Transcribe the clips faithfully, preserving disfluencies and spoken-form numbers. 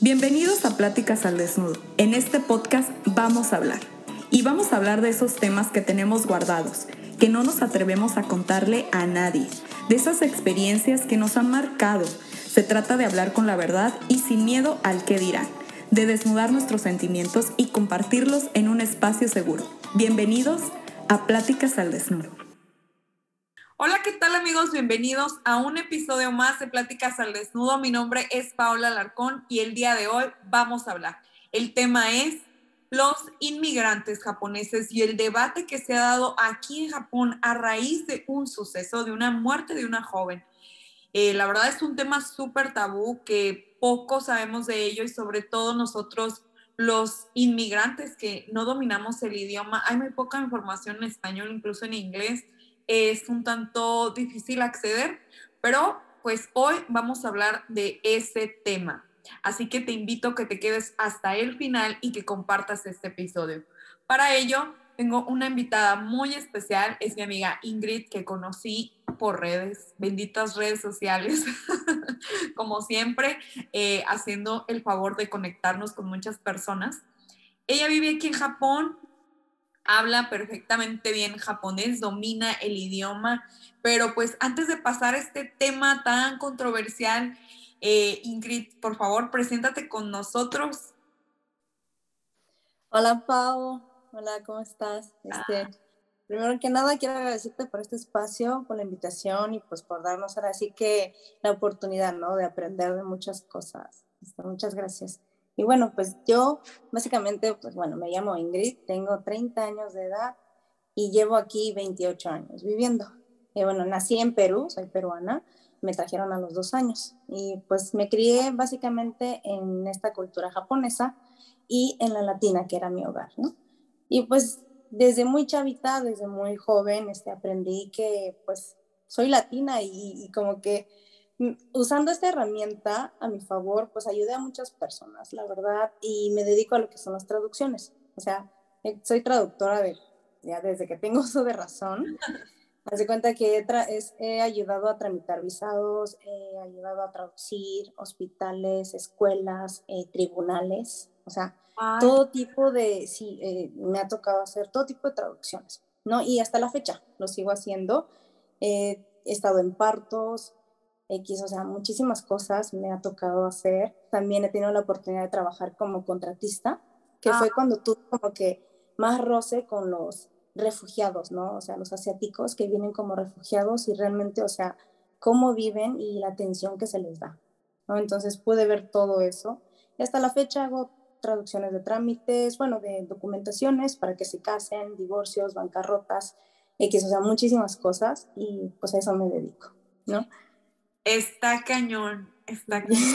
Bienvenidos a Pláticas al Desnudo. En este podcast vamos a hablar. Y vamos a hablar de esos temas que tenemos guardados, que no nos atrevemos a contarle a nadie, de esas experiencias que nos han marcado. Se trata de hablar con la verdad y sin miedo al qué dirán, de desnudar nuestros sentimientos y compartirlos en un espacio seguro. Bienvenidos a Pláticas al Desnudo. Hola, ¿qué tal amigos? Bienvenidos a un episodio más de Pláticas al Desnudo. Mi nombre es Paola Alarcón y el día de hoy vamos a hablar. El tema es los inmigrantes japoneses y el debate que se ha dado aquí en Japón a raíz de un suceso, de una muerte de una joven. Eh, la verdad es un tema súper tabú que poco sabemos de ello y sobre todo nosotros los inmigrantes que no dominamos el idioma. Hay muy poca información en español, incluso en inglés. Es un tanto difícil acceder, pero pues hoy vamos a hablar de ese tema. Así que te invito a que te quedes hasta el final y que compartas este episodio. Para ello, tengo una invitada muy especial, es mi amiga Ingrid, que conocí por redes, benditas redes sociales, como siempre, eh, haciendo el favor de conectarnos con muchas personas. Ella vive aquí en Japón, habla perfectamente bien japonés, domina el idioma, pero pues antes de pasar a este tema tan controversial, eh, Ingrid, por favor, preséntate con nosotros. Hola Pau, hola, ¿cómo estás? Este, primero que nada quiero agradecerte por este espacio, por la invitación y pues por darnos ahora sí que la oportunidad, ¿no? De aprender de muchas cosas. Este, muchas gracias. Y bueno, pues yo básicamente, pues bueno, me llamo Ingrid, tengo treinta años de edad y llevo aquí veintiocho años viviendo. Y bueno, nací en Perú, soy peruana, me trajeron a los dos años y pues me crié básicamente en esta cultura japonesa y en la latina, que era mi hogar, ¿no? Y pues desde muy chavita, desde muy joven, este, aprendí que pues soy latina y, y como que usando esta herramienta a mi favor, pues ayudé a muchas personas, la verdad, y me dedico a lo que son las traducciones. O sea, soy traductora de, ya desde que tengo uso de razón. Haz de cuenta que he, tra- es, he ayudado a tramitar visados, he ayudado a traducir hospitales, escuelas, eh, tribunales, o sea, Ay, todo tipo de, sí, eh, me ha tocado hacer todo tipo de traducciones, ¿no? Y hasta la fecha lo sigo haciendo. Eh, he estado en partos, X, o sea, muchísimas cosas me ha tocado hacer. También he tenido la oportunidad de trabajar como contratista, que ah, fue cuando tuve como que más roce con los refugiados, ¿no? O sea, los asiáticos que vienen como refugiados y realmente, o sea, cómo viven y la atención que se les da, ¿no? Entonces pude ver todo eso. Y hasta la fecha hago traducciones de trámites, bueno, de documentaciones para que se casen, divorcios, bancarrotas, X, o sea, muchísimas cosas y pues a eso me dedico, ¿no? está cañón, está cañón.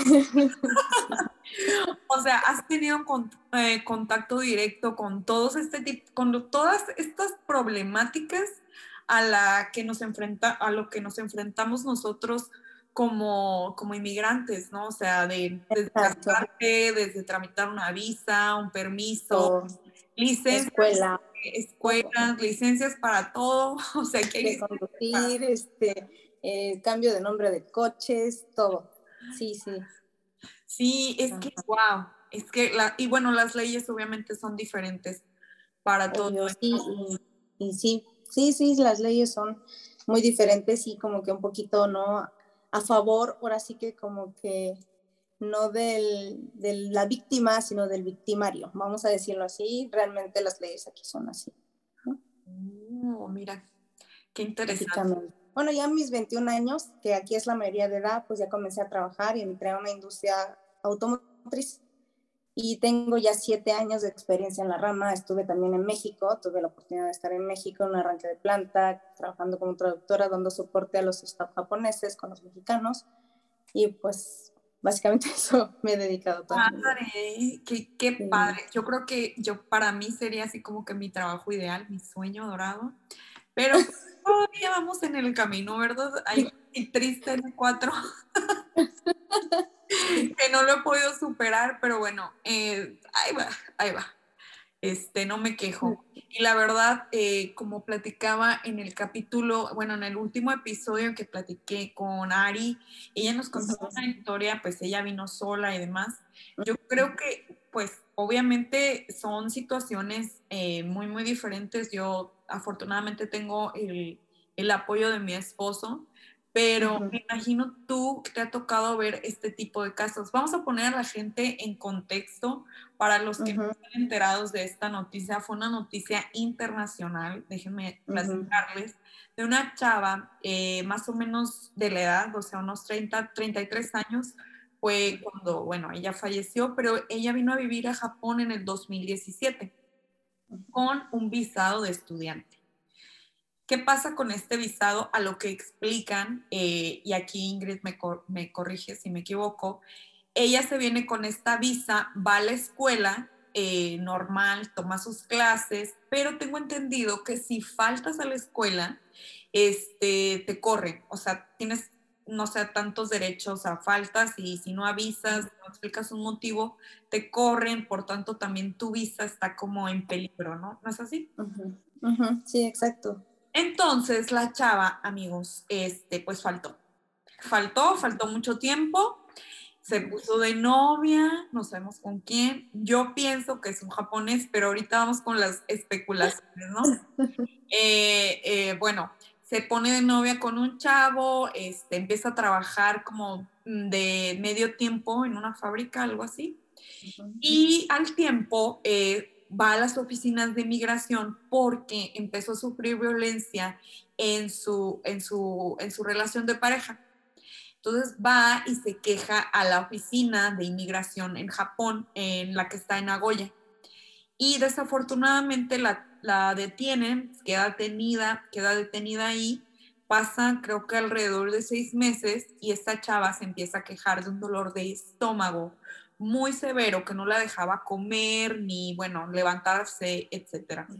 O sea, has tenido con, eh, contacto directo con todos este tipo, con todas estas problemáticas a la que nos enfrenta, a lo que nos enfrentamos nosotros como, como inmigrantes, ¿no? O sea, de, desde Exacto. casarte, desde tramitar una visa, un permiso, Todo. licencias, Escuela, todo. escuelas, licencias para todo, o sea, que hay De licencias para... conducir, este, eh, cambio de nombre de coches, todo. Sí, sí. Sí, es que, Ajá. wow, es que, la, y bueno, las leyes obviamente son diferentes para todo Obvio, sí, esto. y, y sí, sí, sí, las leyes son muy diferentes y como que un poquito, ¿no? A favor, ahora sí que como que no del, de la víctima, sino del victimario, vamos a decirlo así, realmente las leyes aquí son así, ¿no? Oh, mira, qué interesante. Básicamente. Bueno, ya a mis veintiún años, que aquí es la mayoría de edad, pues ya comencé a trabajar y entré a una industria automotriz. Y tengo ya siete años de experiencia en la rama. Estuve también en México, tuve la oportunidad de estar en México en un arranque de planta, trabajando como traductora, dando soporte a los staff japoneses con los mexicanos. Y pues básicamente eso me he dedicado toda mi vida. Padre, qué, qué Sí. padre. Yo creo que yo para mí sería así como que mi trabajo ideal, mi sueño dorado. Pero pues, todavía vamos en el camino, ¿verdad? Ay, y triste el cuatro, que no lo he podido superar, pero bueno, eh, ahí va, ahí va. Este, no me quejo. Y la verdad, eh, como platicaba en el capítulo, bueno, en el último episodio que platiqué con Ari, ella nos contó una historia, pues ella vino sola y demás. Yo creo que, pues, obviamente son situaciones eh, muy, muy diferentes. Yo afortunadamente tengo el, el apoyo de mi esposo, pero Uh-huh. me imagino tú que te ha tocado ver este tipo de casos. Vamos a poner a la gente en contexto para los que no Uh-huh. están enterados de esta noticia. Fue una noticia internacional, déjenme Uh-huh. platicarles, de una chava eh, más o menos de la edad, o sea, unos treinta, treinta y tres años, fue cuando, bueno, ella falleció, pero ella vino a vivir a Japón en el dos mil diecisiete con un visado de estudiante. ¿Qué pasa con este visado? A lo que explican, eh, y aquí Ingrid me, cor me corrige si me equivoco, ella se viene con esta visa, va a la escuela eh, normal, toma sus clases, pero tengo entendido que si faltas a la escuela, este, te corren, o sea, tienes, no sé, tantos derechos a faltas y si no avisas, no explicas un motivo, te corren, por tanto también tu visa está como en peligro, ¿no? ¿No es así? Uh-huh. Uh-huh. Sí, exacto. Entonces la chava, amigos, este, pues faltó. Faltó, faltó mucho tiempo, se puso de novia, no sabemos con quién. Yo pienso que es un japonés, pero ahorita vamos con las especulaciones, ¿no? Eh, eh, bueno, se pone de novia con un chavo, este, empieza a trabajar como de medio tiempo en una fábrica, algo así. Uh-huh. Y al tiempo eh, va a las oficinas de migración porque empezó a sufrir violencia en su, en su, en su relación de pareja. Entonces va y se queja a la oficina de inmigración en Japón, en la que está en Nagoya. Y desafortunadamente la, la detienen, queda detenida, queda detenida ahí. Pasan creo que alrededor de seis meses y esta chava se empieza a quejar de un dolor de estómago muy severo que no la dejaba comer ni, bueno, levantarse, etcétera.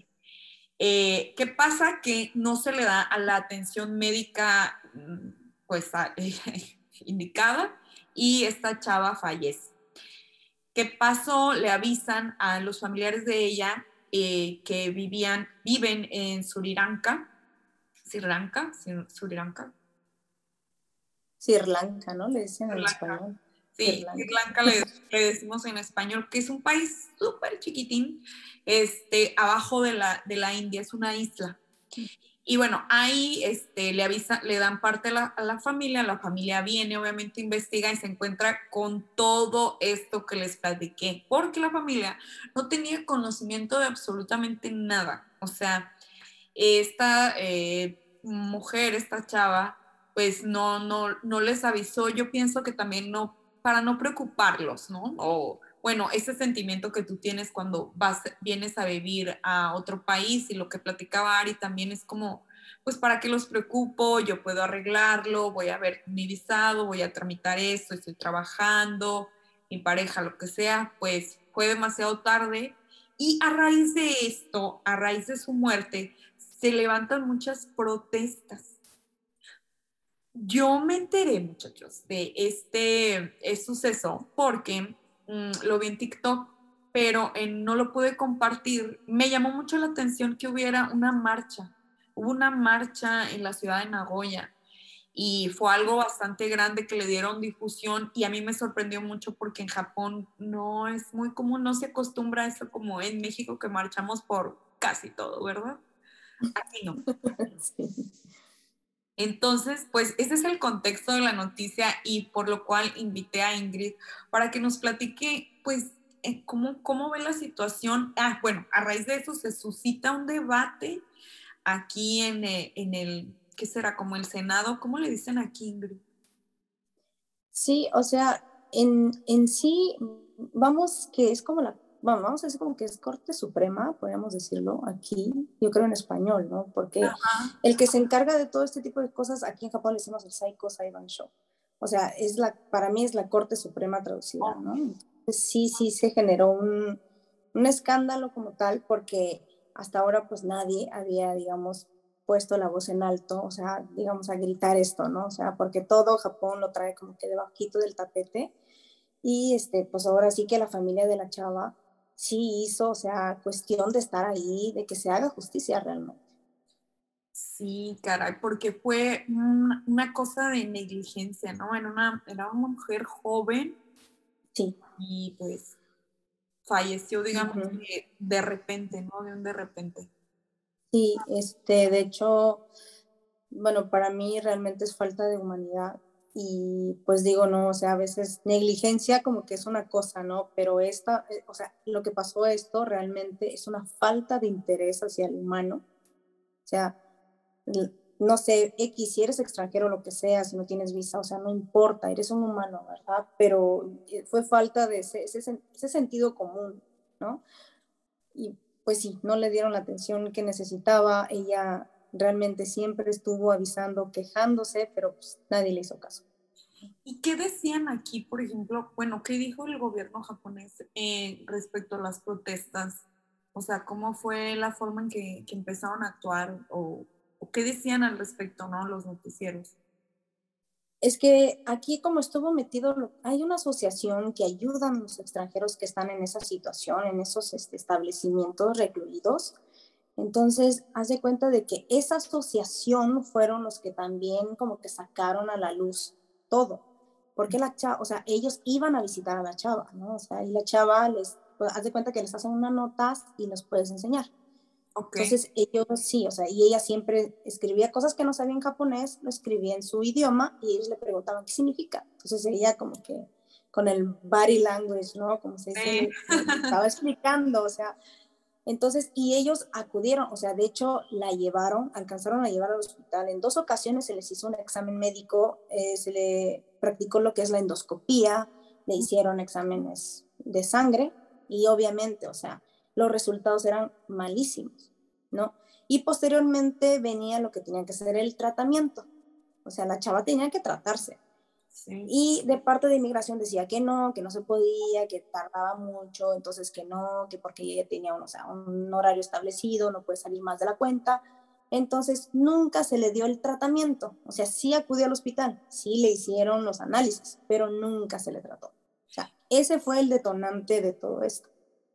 Eh, ¿Qué pasa? Que no se le da a la atención médica pues a, eh, indicada y esta chava fallece. ¿Qué pasó? Le avisan a los familiares de ella eh, que vivían, viven en Sri Lanka, Sri Lanka, Sri Lanka. Sri Lanka, ¿no? Le dicen Sri en Lanka. español. Sri Sí, Sri Lanka. Lanka le, le decimos en español, que es un país súper chiquitín, este, abajo de la, de la India, es una isla. Y bueno, ahí este, le avisa, le dan parte a la, a la familia, la familia viene, obviamente investiga y se encuentra con todo esto que les platiqué, porque la familia no tenía conocimiento de absolutamente nada. O sea, esta eh, mujer, esta chava, pues no, no, no les avisó. Yo pienso que también no, para no preocuparlos, ¿no? O bueno, ese sentimiento que tú tienes cuando vas, vienes a vivir a otro país y lo que platicaba Ari también es como, pues para qué los preocupo, yo puedo arreglarlo, voy a ver mi visado, voy a tramitar esto, estoy trabajando, mi pareja, lo que sea, pues fue demasiado tarde. Y a raíz de esto, a raíz de su muerte, se levantan muchas protestas. Yo me enteré, muchachos, de este, este suceso porque mmm, lo vi en TikTok, pero eh, no lo pude compartir. Me llamó mucho la atención que hubiera una marcha. Hubo una marcha en la ciudad de Nagoya y fue algo bastante grande que le dieron difusión y a mí me sorprendió mucho porque en Japón no es muy común, no se acostumbra a eso como en México que marchamos por casi todo, ¿verdad? Aquí no. Sí. Entonces, pues ese es el contexto de la noticia y por lo cual invité a Ingrid para que nos platique, pues, eh, cómo, cómo ve la situación. Ah, bueno, a raíz de eso se suscita un debate aquí en, eh, en el, ¿qué será? Como el Senado, ¿cómo le dicen aquí, Ingrid? Sí, o sea, en, en sí, vamos, que es como la, bueno, vamos a decir como que es Corte Suprema, podríamos decirlo aquí, yo creo en español, ¿no? Porque Ajá. el que se encarga de todo este tipo de cosas, aquí en Japón le decimos el Saiko Saiban Sho. O sea, es la, para mí es la Corte Suprema traducida, ¿no? Entonces, sí, sí se generó un, un escándalo como tal, porque hasta ahora pues nadie había, digamos, puesto la voz en alto, o sea, digamos, a gritar esto, ¿no? O sea, porque todo Japón lo trae como que debajito del tapete y este, pues ahora sí que la familia de la chava sí hizo, o sea, cuestión de estar ahí, de que se haga justicia realmente. Sí, caray, porque fue una, una cosa de negligencia, ¿no? Era una, era una mujer joven Sí. y pues falleció, digamos, Uh-huh. que de repente, ¿no? De un de repente. Sí, este, de hecho, bueno, para mí realmente es falta de humanidad y pues digo, no, o sea, a veces negligencia como que es una cosa, ¿no? Pero esta, eh, o sea, lo que pasó esto realmente es una falta de interés hacia el humano. O sea, no sé, X, si eres extranjero o lo que sea, si no tienes visa, o sea, no importa, eres un humano, ¿verdad? Pero fue falta de ese, ese, ese sentido común, ¿no? Y pues sí, no le dieron la atención que necesitaba, ella realmente siempre estuvo avisando, quejándose, pero pues nadie le hizo caso. ¿Y qué decían aquí, por ejemplo? Bueno, ¿qué dijo el gobierno japonés eh, respecto a las protestas? O sea, ¿cómo fue la forma en que, que empezaron a actuar? O, ¿O qué decían al respecto, no? Los noticieros. Es que aquí como estuvo metido, hay una asociación que ayuda a los extranjeros que están en esa situación, en esos este, establecimientos recluidos. Entonces, haz de cuenta de que esa asociación fueron los que también como que sacaron a la luz todo. Porque la chava, o sea, ellos iban a visitar a la chava, ¿no? O sea, y la chava les, pues, haz de cuenta que les hacen unas notas y los puedes enseñar. Ok. Entonces ellos sí, o sea, y ella siempre escribía cosas que no sabía en japonés, lo escribía en su idioma y ellos le preguntaban qué significa. Entonces ella como que con el body language, ¿no? Como se dice, Sí. le, le estaba explicando, o sea, entonces, y ellos acudieron, o sea, de hecho la llevaron, alcanzaron a llevar al hospital. En dos ocasiones se les hizo un examen médico, eh, se le practicó lo que es la endoscopía, le hicieron exámenes de sangre y obviamente, o sea, los resultados eran malísimos, ¿no? Y posteriormente venía lo que tenía que ser el tratamiento. O sea, la chava tenía que tratarse. Sí. Y de parte de inmigración decía que no, que no se podía, que tardaba mucho, entonces que no, que porque ella tenía un, o sea, un horario establecido, no puede salir más de la cuenta. Entonces nunca se le dio el tratamiento. O sea, sí acudió al hospital, sí le hicieron los análisis, pero nunca se le trató. O sea, ese fue el detonante de todo esto.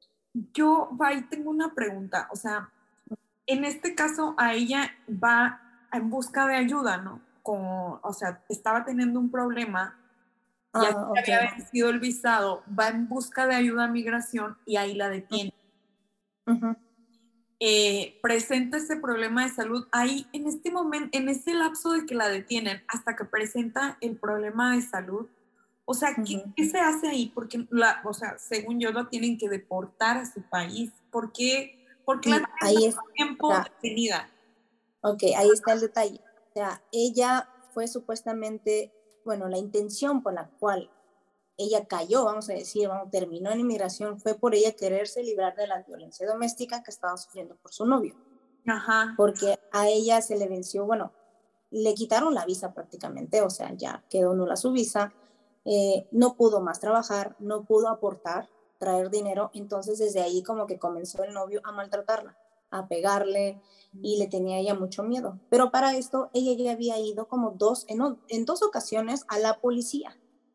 Yo, ahí tengo una pregunta. O sea, en este caso a ella va en busca de ayuda, ¿no? Como, o sea, estaba teniendo un problema, ya Ah, se ok. había vencido el visado, va en busca de ayuda a migración y ahí la detiene. Uh-huh. Eh, presenta ese problema de salud. Ahí, en este momento, en ese lapso de que la detienen, hasta que presenta el problema de salud, o sea, ¿qué, Uh-huh. qué se hace ahí? Porque, la, o sea, según yo, lo tienen que deportar a su país. ¿Por qué, ¿por qué la Sí, tienen ahí es, tanto o tiempo sea, detenida? ok, ahí está el detalle. O sea, ella fue supuestamente, bueno, la intención por la cual ella cayó, vamos a decir, vamos, terminó en inmigración, fue por ella quererse librar de la violencia doméstica que estaba sufriendo por su novio. Ajá. Porque a ella se le venció, bueno, le quitaron la visa prácticamente, o sea, ya quedó nula su visa, eh, no pudo más trabajar, no pudo aportar, traer dinero, entonces desde ahí como que comenzó el novio a maltratarla, a pegarle y le tenía ella mucho miedo. Pero para esto ella ya había ido como dos, en, en dos ocasiones a la policía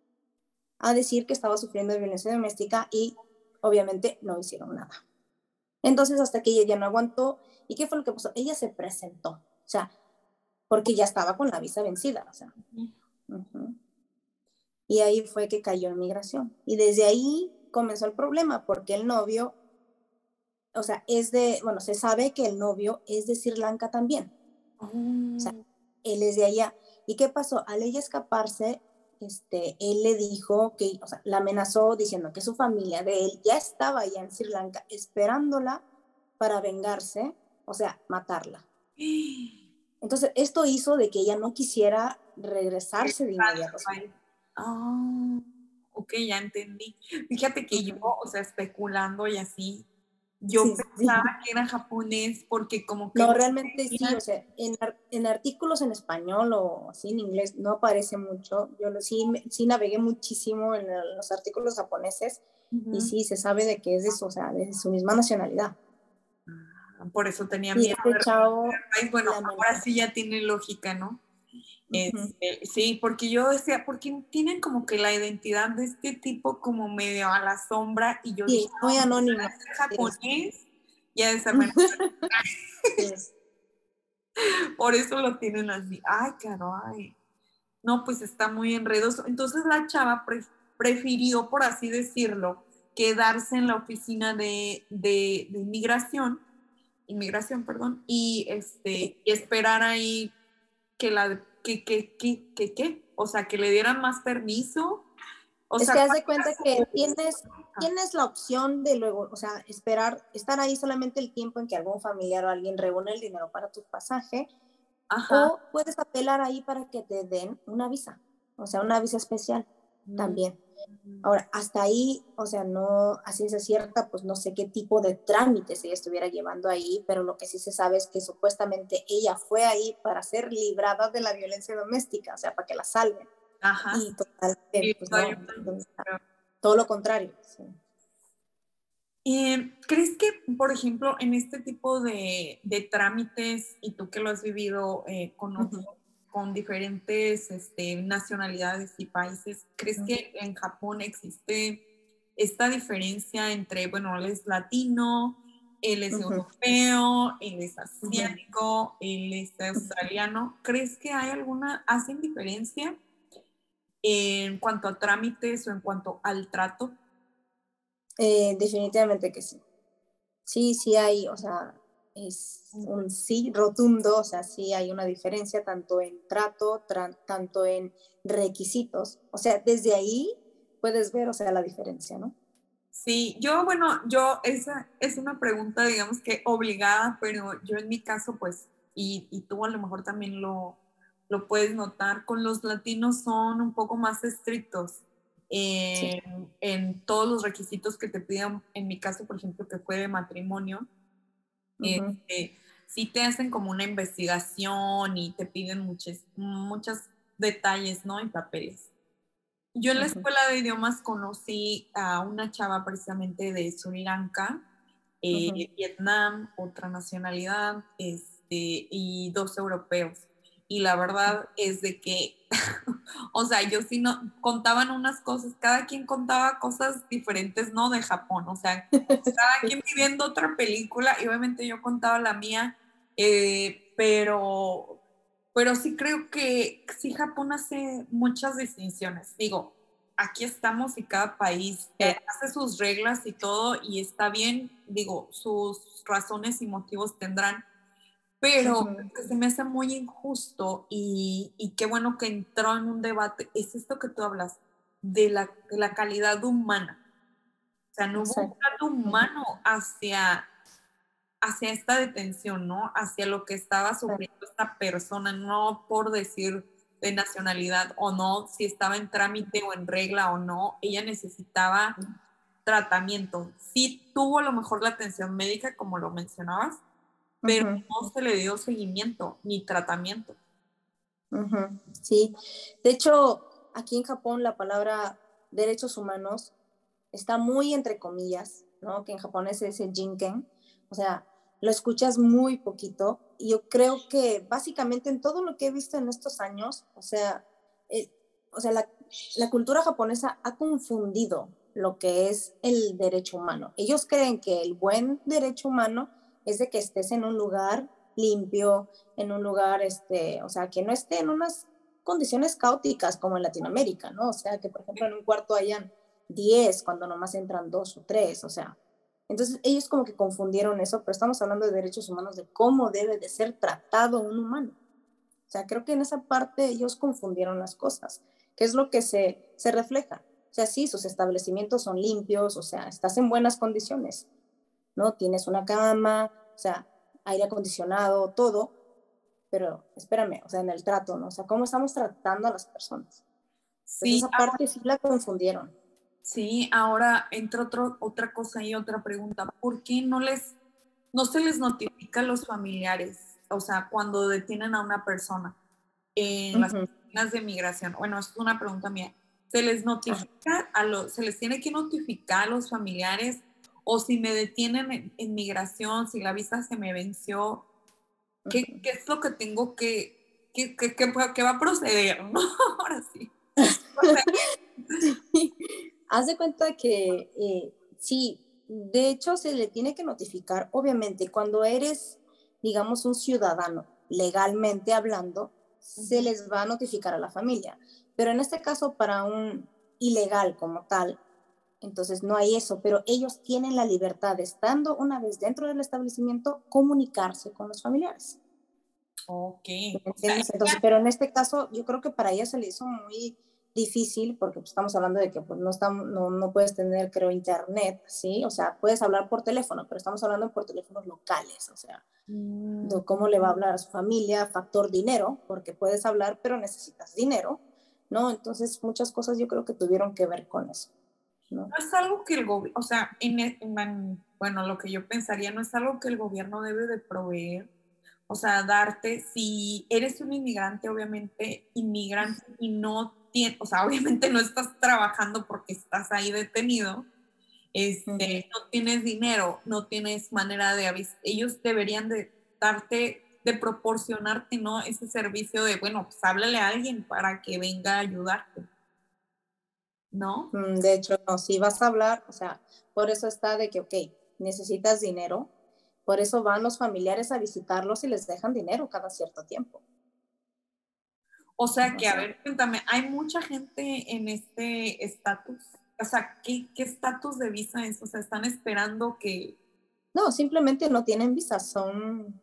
a decir que estaba sufriendo de violencia doméstica y obviamente no hicieron nada. Entonces hasta que ella ya no aguantó, ¿y qué fue lo que pasó? Ella se presentó, o sea, porque ya estaba con la visa vencida, o sea. Uh-huh. Y ahí fue que cayó en migración. Y desde ahí comenzó el problema, porque el novio, o sea, es de, bueno, se sabe que el novio es de Sri Lanka también. Oh. O sea, él es de allá. ¿Y qué pasó? Al ella escaparse, este, él le dijo que, o sea, la amenazó diciendo que su familia de él ya estaba allá en Sri Lanka esperándola para vengarse, o sea, matarla. Entonces, esto hizo de que ella no quisiera regresarse de inmediato. Ah, ok, ya entendí. Fíjate que yo, Uh-huh. o sea, especulando y así, yo Sí, sí. pensaba que era japonés porque como que No, no realmente sí, o tenía... sea, en, en artículos en español o así en inglés no aparece mucho. Yo lo, sí, sí navegué muchísimo en, el, en los artículos japoneses y Uh-huh. sí se sabe de que es de su, o sea, de su misma nacionalidad. Ah, por eso tenía Y miedo este de chavo país. Bueno, la ahora amenazó. sí ya tiene lógica, ¿no? Ujú. Este, sí, porque yo decía, porque tienen como que la identidad de este tipo como medio a la sombra, y yo dije, Sí, muy no, pues anónimo. ha de ser Sí, es. japonés, ya de ser menos, Sí, es. por eso lo tienen así. Ay, caray. No, pues está muy enredoso. Entonces la chava pre- prefirió, por así decirlo, quedarse en la oficina de, de, de inmigración, inmigración, perdón, y este, y esperar ahí que la, que, que, que, que, que, o sea, que le dieran más permiso. O Es sea, que haz ¿cuál de era cuenta que su- tienes, ah, tienes la opción de luego, o sea, esperar, estar ahí solamente el tiempo en que algún familiar o alguien reúne el dinero para tu pasaje, ajá. o puedes apelar ahí para que te den una visa, o sea, una visa especial Mm, también. Ahora, hasta ahí, o sea, no, a ciencia cierta, pues no sé qué tipo de trámites ella estuviera llevando ahí, pero lo que sí se sabe es que supuestamente ella fue ahí para ser librada de la violencia doméstica, o sea, para que la salven. ajá, Y total, que, sí, pues lo no, ayudan. todo lo contrario. Sí. Eh, ¿crees que, por ejemplo, en este tipo de, de trámites, y tú que lo has vivido eh, con, otro- Uh-huh. con diferentes este, nacionalidades y países, ¿crees Uh-huh. que en Japón existe esta diferencia entre, bueno, él es latino, él es Uh-huh. europeo, él es Uh-huh. asiático, él es australiano? ¿Crees que hay alguna, hacen diferencia en cuanto a trámites o en cuanto al trato? Eh, definitivamente que sí. Sí, sí hay, o sea, es un sí rotundo, o sea, sí hay una diferencia tanto en trato, tra- tanto en requisitos. O sea, desde ahí puedes ver, o sea, la diferencia, ¿no? Sí, yo, bueno, yo, esa es una pregunta, digamos que obligada, pero yo en mi caso, pues, y, y tú a lo mejor también lo, lo puedes notar, con los latinos son un poco más estrictos Sí. en, en todos los requisitos que te pidan. En mi caso, por ejemplo, que fue de matrimonio, Uh-huh. este, sí te hacen como una investigación y te piden muchos, muchos detalles, ¿no? En papeles. Yo en la Uh-huh. escuela de idiomas conocí a una chava precisamente de Sri Lanka, Uh-huh. eh, Vietnam, otra nacionalidad, este, y dos europeos. Y la verdad es de que, o sea, yo sí no, contaban unas cosas, cada quien contaba cosas diferentes, ¿no? De Japón, o sea, cada quien viviendo otra película, y obviamente yo contaba la mía, eh, pero pero sí creo que sí Japón hace muchas distinciones. Digo, aquí estamos y cada país eh, hace sus reglas y todo, y está bien, digo, sus razones y motivos tendrán, pero Uh-huh. lo que se me hace muy injusto, y, y qué bueno que entró en un debate, es esto que tú hablas, de la, de la calidad humana. O sea, no hubo un Exacto. trato Uh-huh. humano hacia hacia esta detención, ¿no? Hacia lo que estaba sufriendo esta persona, no por decir de nacionalidad o no, si estaba en trámite o en regla o no, ella necesitaba tratamiento. Sí tuvo a lo mejor la atención médica, como lo mencionabas, pero Uh-huh. no se le dio seguimiento ni tratamiento. Uh-huh. Sí. De hecho, aquí en Japón la palabra derechos humanos está muy entre comillas, ¿no? Que en japonés se dice jinken, o sea, lo escuchas muy poquito, y yo creo que básicamente en todo lo que he visto en estos años, o sea, eh, o sea la, la cultura japonesa ha confundido lo que es el derecho humano. Ellos creen que el buen derecho humano es de que estés en un lugar limpio, en un lugar, este, o sea, que no esté en unas condiciones caóticas como en Latinoamérica, ¿no? O sea, que por ejemplo en un cuarto hayan diez cuando nomás entran dos o tres, o sea. Entonces ellos como que confundieron eso, pero estamos hablando de derechos humanos, de cómo debe de ser tratado un humano. O sea, creo que en esa parte ellos confundieron las cosas, que es lo que se, se refleja. O sea, sí, sus establecimientos son limpios, o sea, estás en buenas condiciones, ¿no? Tienes una cama, o sea, aire acondicionado, todo, pero espérame, o sea, en el trato, ¿no? O sea, cómo estamos tratando a las personas. Entonces Sí, esa parte sí la confundieron. sí, ahora entra otro, otra cosa y otra pregunta. ¿Por qué no les, no se les notifica a los familiares? O sea, cuando detienen a una persona en las Uh-huh. oficinas de migración. Bueno, es una pregunta mía. ¿Se les notifica a los, se les tiene que notificar a los familiares? O si me detienen en, en migración, si la visa se me venció, ¿qué, Uh-huh. qué es lo que tengo que, qué, qué, qué, qué va a proceder, ¿no? Ahora sí. Sí. Haz de cuenta que eh, sí, de hecho se le tiene que notificar, obviamente, cuando eres, digamos, un ciudadano, legalmente hablando, se Ujú. les va a notificar a la familia. Pero en este caso, para un ilegal como tal, entonces no hay eso, pero ellos tienen la libertad de, estando una vez dentro del establecimiento, comunicarse con los familiares. Ok, ¿Me o sea, entiendes? Entonces, pero en este caso, yo creo que para ella se le hizo muy difícil porque pues, estamos hablando de que pues, no, estamos, no, no puedes tener, creo, internet, ¿sí? O sea, puedes hablar por teléfono, pero estamos hablando por teléfonos locales, o sea, mm, de cómo le va a hablar a su familia, factor dinero, porque puedes hablar, pero necesitas dinero, ¿no? Entonces, muchas cosas yo creo que tuvieron que ver con eso, ¿no? no es algo que el gobierno, o sea, en, en, bueno, lo que yo pensaría, no es algo que el gobierno debe de proveer, o sea, darte, si eres un inmigrante, obviamente, inmigrante y no tienes, o sea, obviamente no estás trabajando porque estás ahí detenido, este, Uh-huh. no tienes dinero, no tienes manera de avisar, ellos deberían de darte, de proporcionarte, ¿no? Ese servicio de, bueno, pues háblale a alguien para que venga a ayudarte, ¿no? De hecho, no, si vas a hablar, o sea, por eso está de que, ok, necesitas dinero, por eso van los familiares a visitarlos y les dejan dinero cada cierto tiempo. O sea O que, a sea, ver, cuéntame, hay mucha gente en este estatus. O sea, ¿qué estatus de visa es? O sea, están esperando que... no, simplemente no tienen visa, son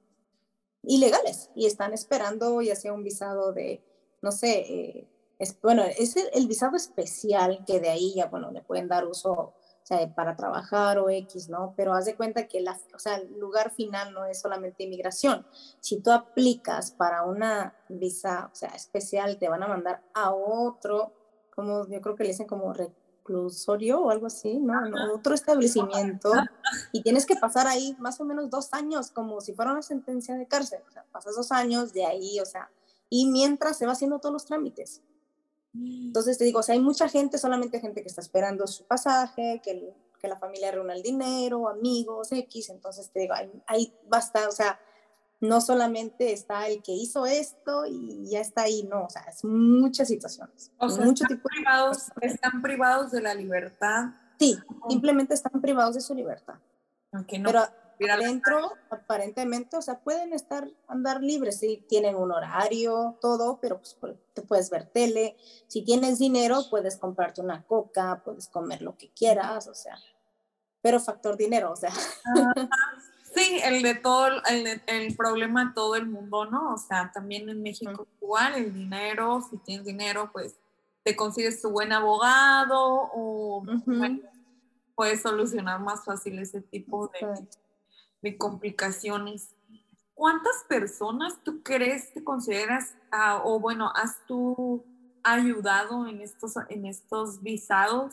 ilegales y están esperando ya sea un visado de, no sé, eh, es, bueno, es el, el, visado especial que de ahí ya, bueno, le pueden dar uso, o sea, para trabajar o X, ¿no? Pero haz de cuenta que la, o sea, el lugar final no es solamente inmigración. Si tú aplicas para una visa, o sea, especial, te van a mandar a otro, como yo creo que le dicen como reclusorio o algo así, ¿no? En otro establecimiento y tienes que pasar ahí más o menos dos años, como si fuera una sentencia de cárcel. O sea, pasas dos años de ahí, o sea, y mientras se va haciendo todos los trámites. Entonces te digo, o sea, hay mucha gente, solamente gente que está esperando su pasaje, que, el, que la familia reúna el dinero, amigos, X. Entonces te digo, hay, hay basta, o sea, no solamente está el que hizo esto y ya está ahí, no, o sea, es muchas situaciones, O sea, mucho están tipo privados, de... están privados de la libertad. Sí, simplemente están privados de su libertad. Aunque no Pero pueden ir a la adentro, aparentemente, o sea, pueden estar, andar libres, sí, tienen un horario, todo, pero pues te puedes ver tele. Si tienes dinero, puedes comprarte una coca, puedes comer lo que quieras, o sea, pero factor dinero, o sea. ah, sí, el de todo, el, de, el problema de todo el mundo, ¿no? O sea, también en México igual, el dinero, si tienes dinero, pues te consigues tu buen abogado o Uh-huh. bueno, puedes solucionar más fácil ese tipo de, de complicaciones. ¿Cuántas personas tú crees, te consideras, uh, o bueno, has tú ayudado en estos, en estos visados?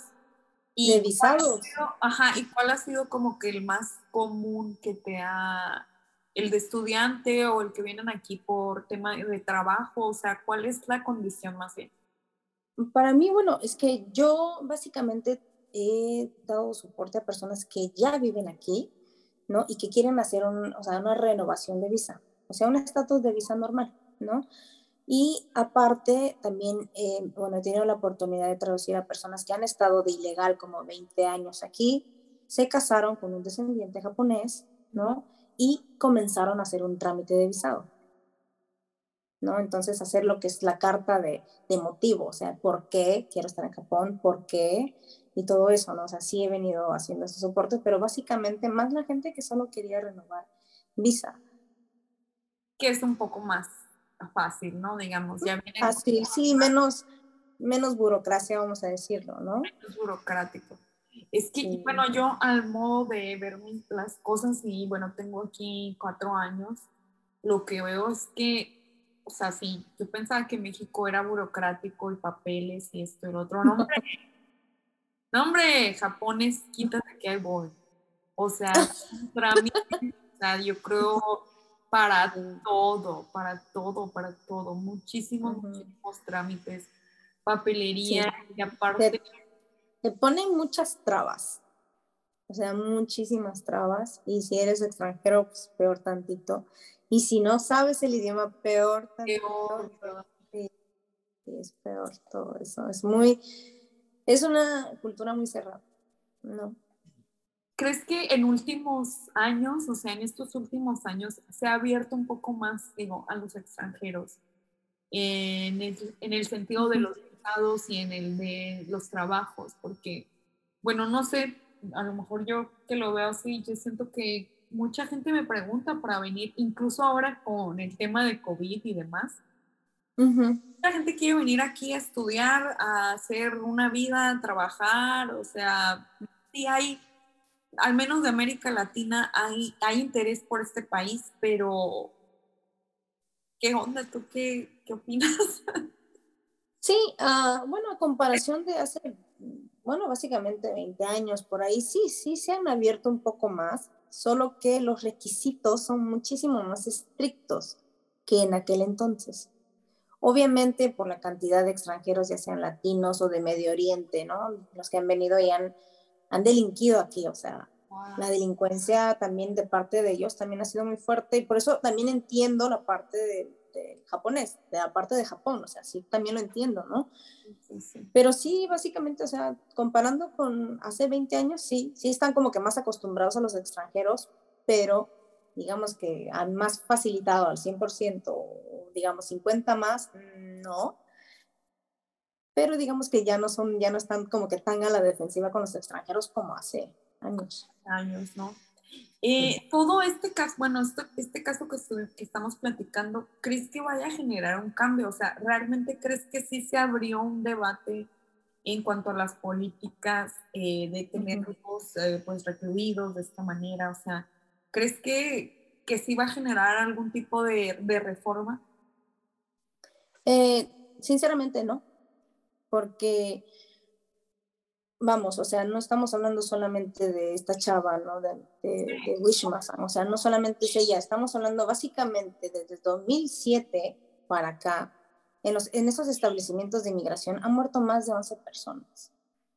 De ¿Y cuál ha visados. sido, ajá, y cuál ha sido como que el más común que te ha, el de estudiante o el que vienen aquí por tema de trabajo? O sea, ¿cuál es la condición más bien? Para mí, bueno, es que yo básicamente he dado soporte a personas que ya viven aquí, ¿no? Y que quieren hacer un, o sea, una renovación de visa, o sea, un estatus de visa normal, ¿no? Y aparte, también, eh, bueno, he tenido la oportunidad de traducir a personas que han estado de ilegal como veinte años aquí, se casaron con un descendiente japonés, ¿no? Y comenzaron a hacer un trámite de visado, ¿no? Entonces, hacer lo que es la carta de, de motivo, o sea, ¿por qué quiero estar en Japón? ¿Por qué? Y todo eso, ¿no? O sea, sí he venido haciendo esos soportes, pero básicamente más la gente que solo quería renovar visa. Que es un poco más fácil, ¿no? Digamos, ya vienen con Fácil, sí, menos, menos burocracia, vamos a decirlo, ¿no? menos burocrático. Es que, Sí. bueno, yo al modo de ver mis, las cosas, y bueno, tengo aquí cuatro años, lo que veo es que, o sea, sí, yo pensaba que México era burocrático y papeles y esto y lo otro. No, hombre, no, hombre, Japón es quítate que ahí voy. O sea, es un trámite, o sea, yo creo para todo, para todo, para todo, muchísimos, Uh-huh. muchísimos trámites, papelería, Sí. y aparte, Te, te ponen muchas trabas, o sea, muchísimas trabas, y si eres extranjero, pues peor tantito. Y si no sabes el idioma, peor Peor, tantito. peor. Sí, sí, es peor todo eso. Es muy, es una cultura muy cerrada, ¿no? ¿Crees que en últimos años, o sea, en estos últimos años, se ha abierto un poco más, digo, a los extranjeros? En el, en el sentido de Ujú. los visados y en el de los trabajos, porque, bueno, no sé, a lo mejor yo que lo veo así, yo siento que mucha gente me pregunta para venir, incluso ahora con el tema de COVID y demás. Ujú. La gente quiere venir aquí a estudiar, a hacer una vida, a trabajar, o sea, sí hay, al menos de América Latina, hay, hay interés por este país, pero ¿qué onda? ¿Tú qué, qué opinas? Sí, ah, bueno, a comparación de hace, bueno, básicamente veinte años por ahí, sí, sí se han abierto un poco más, solo que los requisitos son muchísimo más estrictos que en aquel entonces. Obviamente por la cantidad de extranjeros, ya sean latinos o de Medio Oriente, ¿no? Los que han venido y han, han delinquido aquí, o sea, la Wow. delincuencia también de parte de ellos también ha sido muy fuerte y por eso también entiendo la parte del de japonés, de la parte de Japón, o sea, sí también lo entiendo, ¿no? Sí, sí. Pero sí, básicamente, o sea, comparando con hace veinte años, sí, sí están como que más acostumbrados a los extranjeros, pero digamos que han más facilitado al cien por ciento, o digamos cincuenta más, no, pero digamos que ya no son, ya no están como que tan a la defensiva con los extranjeros como hace años. Años, ¿no? Sí. Eh, todo este caso, bueno, esto- este caso que, estu- que estamos platicando, ¿crees que vaya a generar un cambio? O sea, ¿realmente crees que sí se abrió un debate en cuanto a las políticas eh, de Ujú. tenerlos eh, pues recluidos de esta manera? O sea, ¿crees que, que sí va a generar algún tipo de, de reforma? Eh, sinceramente no, porque vamos, o sea, no estamos hablando solamente de esta chava, ¿no? De, de, de Wishmasan, o sea, no solamente es ella, estamos hablando básicamente desde dos mil siete para acá, en, los, en esos establecimientos de inmigración han muerto más de once personas.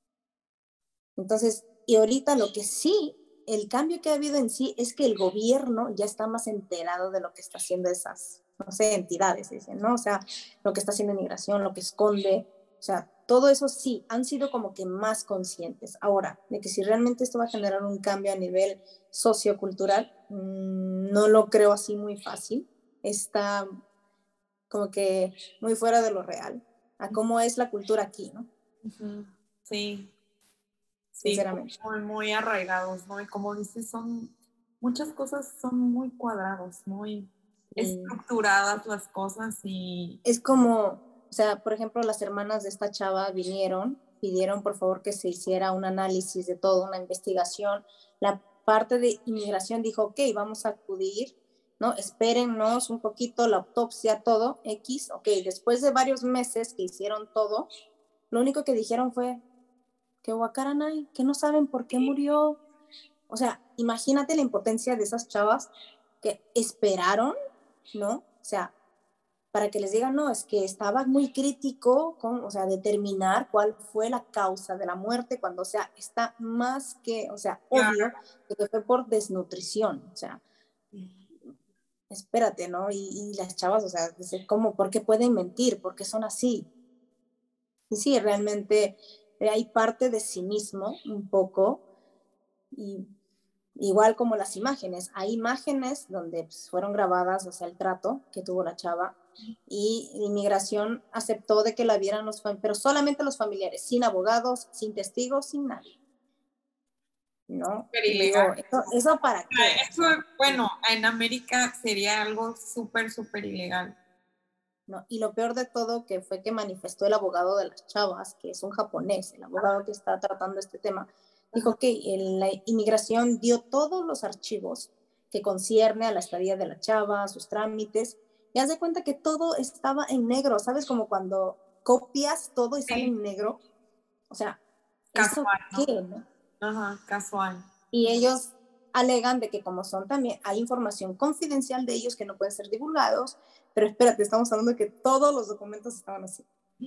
Entonces, y ahorita lo que sí, el cambio que ha habido en sí es que el gobierno ya está más enterado de lo que está haciendo esas, no sé, entidades, dicen, ¿no? O sea, lo que está haciendo inmigración, lo que esconde, o sea, todo eso sí, han sido como que más conscientes. Ahora, de que si realmente esto va a generar un cambio a nivel sociocultural, mmm, no lo creo así muy fácil. Está como que muy fuera de lo real, a cómo es la cultura aquí, ¿no? Ujú. Sí, sí, Sinceramente. muy, muy arraigados, ¿no? Y como dices, son, muchas cosas son muy cuadrados, muy Y estructuradas las cosas y es como, o sea, por ejemplo, las hermanas de esta chava vinieron, pidieron por favor que se hiciera un análisis de todo, una investigación. La parte de inmigración dijo, ok, vamos a acudir, ¿no? Espérennos un poquito, la autopsia, todo, X, ok, después de varios meses que hicieron todo, lo único que dijeron fue que Wakaranai, que no saben por qué murió. O sea, imagínate la impotencia de esas chavas que esperaron, ¿no? O sea, para que les digan, no, es que estaba muy crítico con, o sea, determinar cuál fue la causa de la muerte, cuando, o sea, está más que, o sea, obvio que fue por desnutrición, o sea, espérate, ¿no? Y, y las chavas, o sea, dice, ¿cómo? ¿Por qué pueden mentir? ¿Por qué son así? Y sí, realmente hay parte de cinismo un poco, y igual como las imágenes, hay imágenes donde pues, fueron grabadas, o sea, el trato que tuvo la chava, y inmigración aceptó de que la vieran los familiares, pero solamente los familiares, sin abogados, sin testigos, sin nadie, ¿no? súper Y digo, ilegal. ¿eso, eso para qué? O Eso, sea, bueno, en América sería algo súper, súper ilegal. ¿no? Y lo peor de todo que fue que manifestó el abogado de las chavas, que es un japonés, el abogado que está tratando este tema, dijo que la inmigración dio todos los archivos que concierne a la estadía de la chava, a sus trámites, y haz de cuenta que todo estaba en negro, ¿sabes? Como cuando copias todo y sale Sí, en negro. O sea, ¿eso casual, qué, ¿no? no? Ajá, casual. Y ellos alegan de que como son también, hay información confidencial de ellos que no pueden ser divulgados, pero espérate, estamos hablando de que todos los documentos estaban así.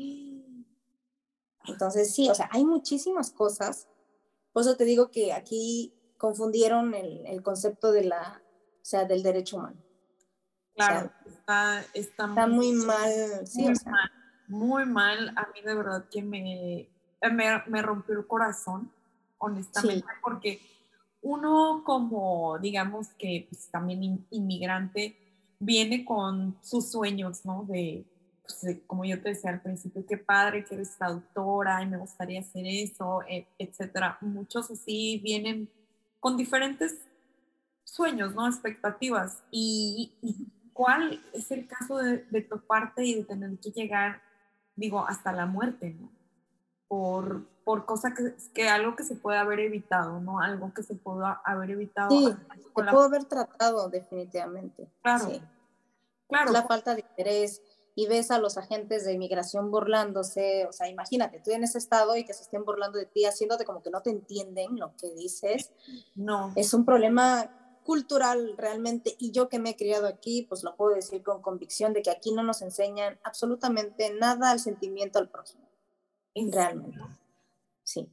Entonces, sí, o sea, hay muchísimas cosas. Por eso te digo que aquí confundieron el, el concepto de la, o sea, del derecho humano. Claro, o sea, está, está, está muy mal, sí, muy o sea, mal, muy mal. A mí de verdad que me, me, me rompió el corazón, honestamente, sí, porque uno como, digamos que pues, también in- inmigrante, viene con sus sueños, ¿no? De, pues, de, como yo te decía al principio, qué padre que eres traductora y me gustaría hacer eso, e- etcétera. Muchos así vienen con diferentes sueños, ¿no? Expectativas. ¿Y, y cuál es el caso de, de tu parte y de tener que llegar, digo, hasta la muerte, ¿no? Por, por cosa que, que algo que se puede haber evitado, ¿no? Algo que se pudo haber evitado sí, se con la... pudo haber tratado definitivamente, Claro, sí. Es claro, la falta de interés y ves a los agentes de inmigración burlándose, o sea, imagínate, tú en ese estado y que se estén burlando de ti, haciéndote como que no te entienden lo que dices, no, es un problema cultural realmente, y yo que me he criado aquí, pues lo puedo decir con convicción de que aquí no nos enseñan absolutamente nada al sentimiento al prójimo, es, realmente, sí,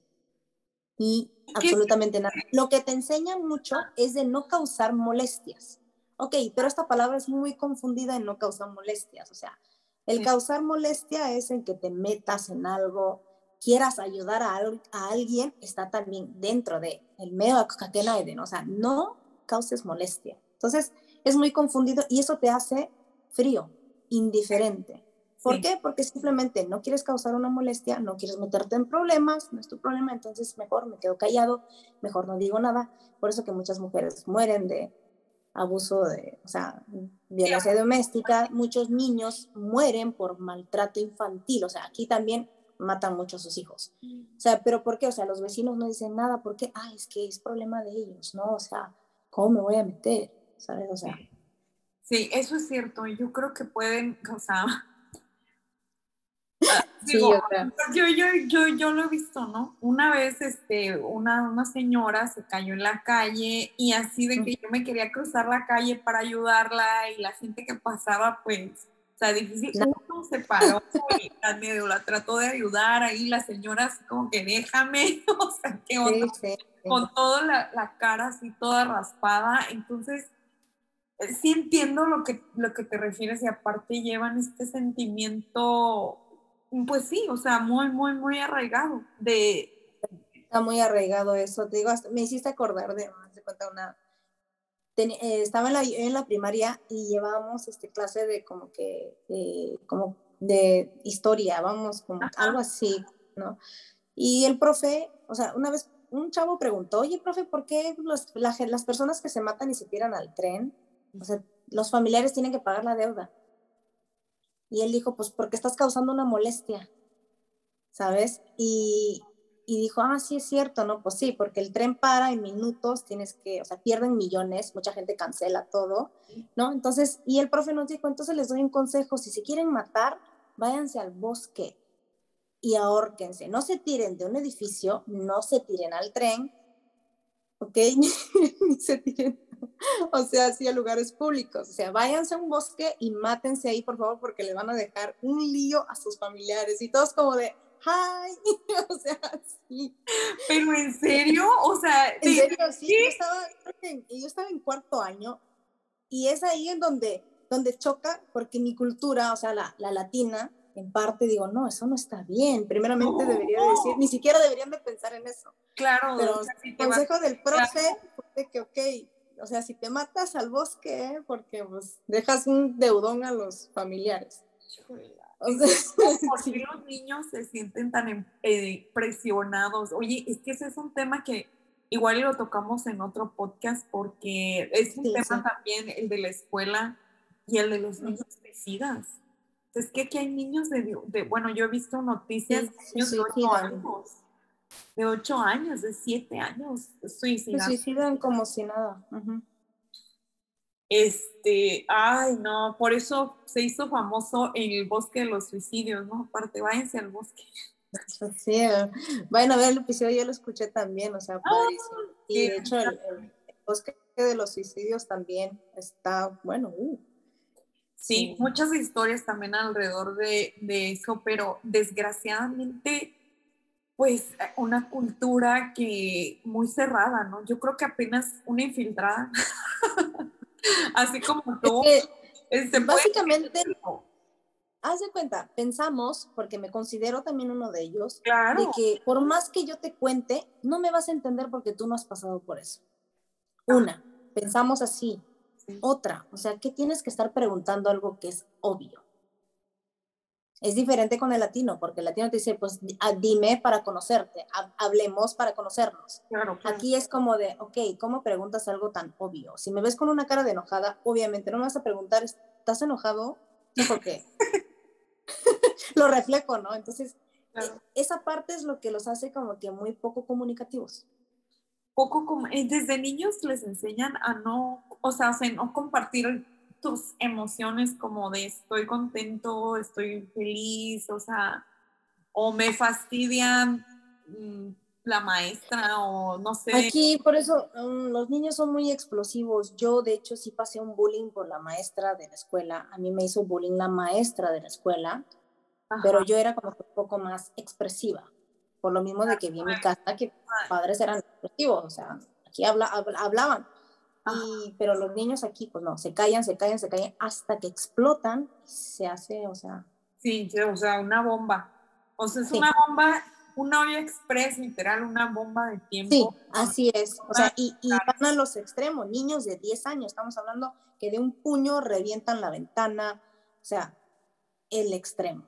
y ¿qué? absolutamente nada. Lo que te enseñan mucho es de no causar molestias. Ok, pero esta palabra es muy confundida en no causar molestias, o sea, el Sí, causar molestia es en que te metas en algo, quieras ayudar a, a alguien, está también dentro de el medio de catena Eden, o sea, no causes molestia. Entonces, es muy confundido y eso te hace frío, indiferente. ¿Por sí, qué? Porque simplemente no quieres causar una molestia, no quieres meterte en problemas, no es tu problema, entonces mejor me quedo callado, mejor no digo nada. Por eso que muchas mujeres mueren de abuso de, o sea, sí, violencia doméstica, muchos niños mueren por maltrato infantil, o sea, aquí también matan mucho a sus hijos. O sea, pero ¿por qué? O sea, los vecinos no dicen nada, ¿por qué? Ah, es que es problema de ellos, ¿no? O sea, ¿cómo me voy a meter? ¿Sabes? O sea, sí, eso es cierto. Yo creo que pueden, o sea, sí, digo, o sea, yo, yo, yo, yo lo he visto, ¿no? Una vez, este, una, una señora se cayó en la calle y así de que yo me quería cruzar la calle para ayudarla y la gente que pasaba, pues, o sea, difícil, no, uno se paró y la medio la trató de ayudar ahí, la señora así como que déjame, o sea, ¿qué onda? sí, sí, sí. Con toda la, la cara así toda raspada, entonces eh, sí entiendo lo que, lo que te refieres y aparte llevan este sentimiento, pues sí, o sea, muy, muy, muy arraigado de... Está muy arraigado eso. Te digo, hasta, me hiciste acordar de, de cuenta una, ten, eh, estaba en la, en la primaria y llevábamos este, clase de como que, eh, como de historia, vamos, como algo Ajá, así, ¿no? Y el profe, o sea, una vez un chavo preguntó, oye, profe, ¿por qué los, la, las personas que se matan y se tiran al tren, o sea, los familiares tienen que pagar la deuda? Y él dijo, pues porque estás causando una molestia. ¿Sabes? Y, y dijo, ah, sí es cierto, ¿no? Pues sí, porque el tren para en minutos, tienes que, o sea, pierden millones, mucha gente cancela todo, ¿no? Entonces, y el profe nos dijo, entonces les doy un consejo, si se quieren matar, váyanse al bosque y ahórquense, no se tiren de un edificio, no se tiren al tren, ¿ok? Ni se tiren, o sea, así a lugares públicos, o sea, váyanse a un bosque y mátense ahí, por favor, porque le van a dejar un lío a sus familiares, y todos como de, ¡ay! O sea, sí. pero en serio, o sea, En de, serio, sí, yo ¿qué? estaba, yo estaba en cuarto año y es ahí en donde, donde choca, porque mi cultura, o sea, la, la latina, en parte digo, no, eso no está bien. Primeramente debería de decir, No, ni siquiera deberían de pensar en eso. claro, o Pero sea, el si te vas consejo del a... profe fue de que, ok, o sea, si te matas al bosque, ¿eh? Porque pues dejas un deudón a los familiares. O sea, ¿Por qué sí, los niños se sienten tan em- eh, presionados? Oye, es que ese es un tema que igual lo tocamos en otro podcast porque es un sí, tema sí. también el de la escuela y el de los Ujú. niños suicidas. Es que aquí hay niños de, de- bueno, yo he visto noticias Sí, de se niños de ocho suicidan. años, de ocho años, de siete años Se suicidan. suicidan como si nada. Ujú. Este, ay, no, por eso se hizo famoso el bosque de los suicidios, ¿no? Aparte, váyanse al bosque. Sí, eh, bueno, a ver el episodio, yo lo escuché también, o sea, padrísimo. Ah, Y que de hecho, el, el bosque de los suicidios también está, bueno, uh, sí, sí, muchas historias también alrededor de, de eso, pero desgraciadamente, pues una cultura que muy cerrada, ¿no? Yo creo que apenas una infiltrada, así como es tú, que, Este, Básicamente, haz de cuenta, pensamos, porque me considero también uno de ellos, claro. de que por más que yo te cuente, no me vas a entender porque tú no has pasado por eso. Una, pensamos así. Sí. Otra, o sea, ¿qué tienes que estar preguntando algo que es obvio? Es diferente con el latino, porque el latino te dice, pues dime para conocerte, hablemos para conocernos. Claro, claro. Aquí es como de, ok, ¿cómo preguntas algo tan obvio? Si me ves con una cara de enojada, obviamente no me vas a preguntar, ¿estás enojado? No, porque lo reflejo, ¿no? Entonces, claro. Esa parte es lo que los hace como que muy poco comunicativos. Poco como, desde niños les enseñan a no, o sea, o sea, no compartir tus emociones como de estoy contento, estoy feliz, o sea, o me fastidia mmm, la maestra o no sé. Aquí, por eso, um, los niños son muy explosivos. Yo, de hecho, sí pasé un bullying por la maestra de la escuela. A mí me hizo bullying la maestra de la escuela, ajá, pero yo era como un poco más expresiva. Por lo mismo de que vi en mi casa que mis padres eran expresivos, o sea, aquí habla, habla, hablaban. Y, pero los niños aquí, pues no, se callan, se callan, se callan, hasta que explotan y se hace, o sea... Sí, o sea, una bomba. O sea, es sí. Una bomba, una olla express, literal, una bomba de tiempo. Sí, así es. O sea, y, y van a los extremos. Niños de diez años, estamos hablando que de un puño revientan la ventana. O sea, el extremo.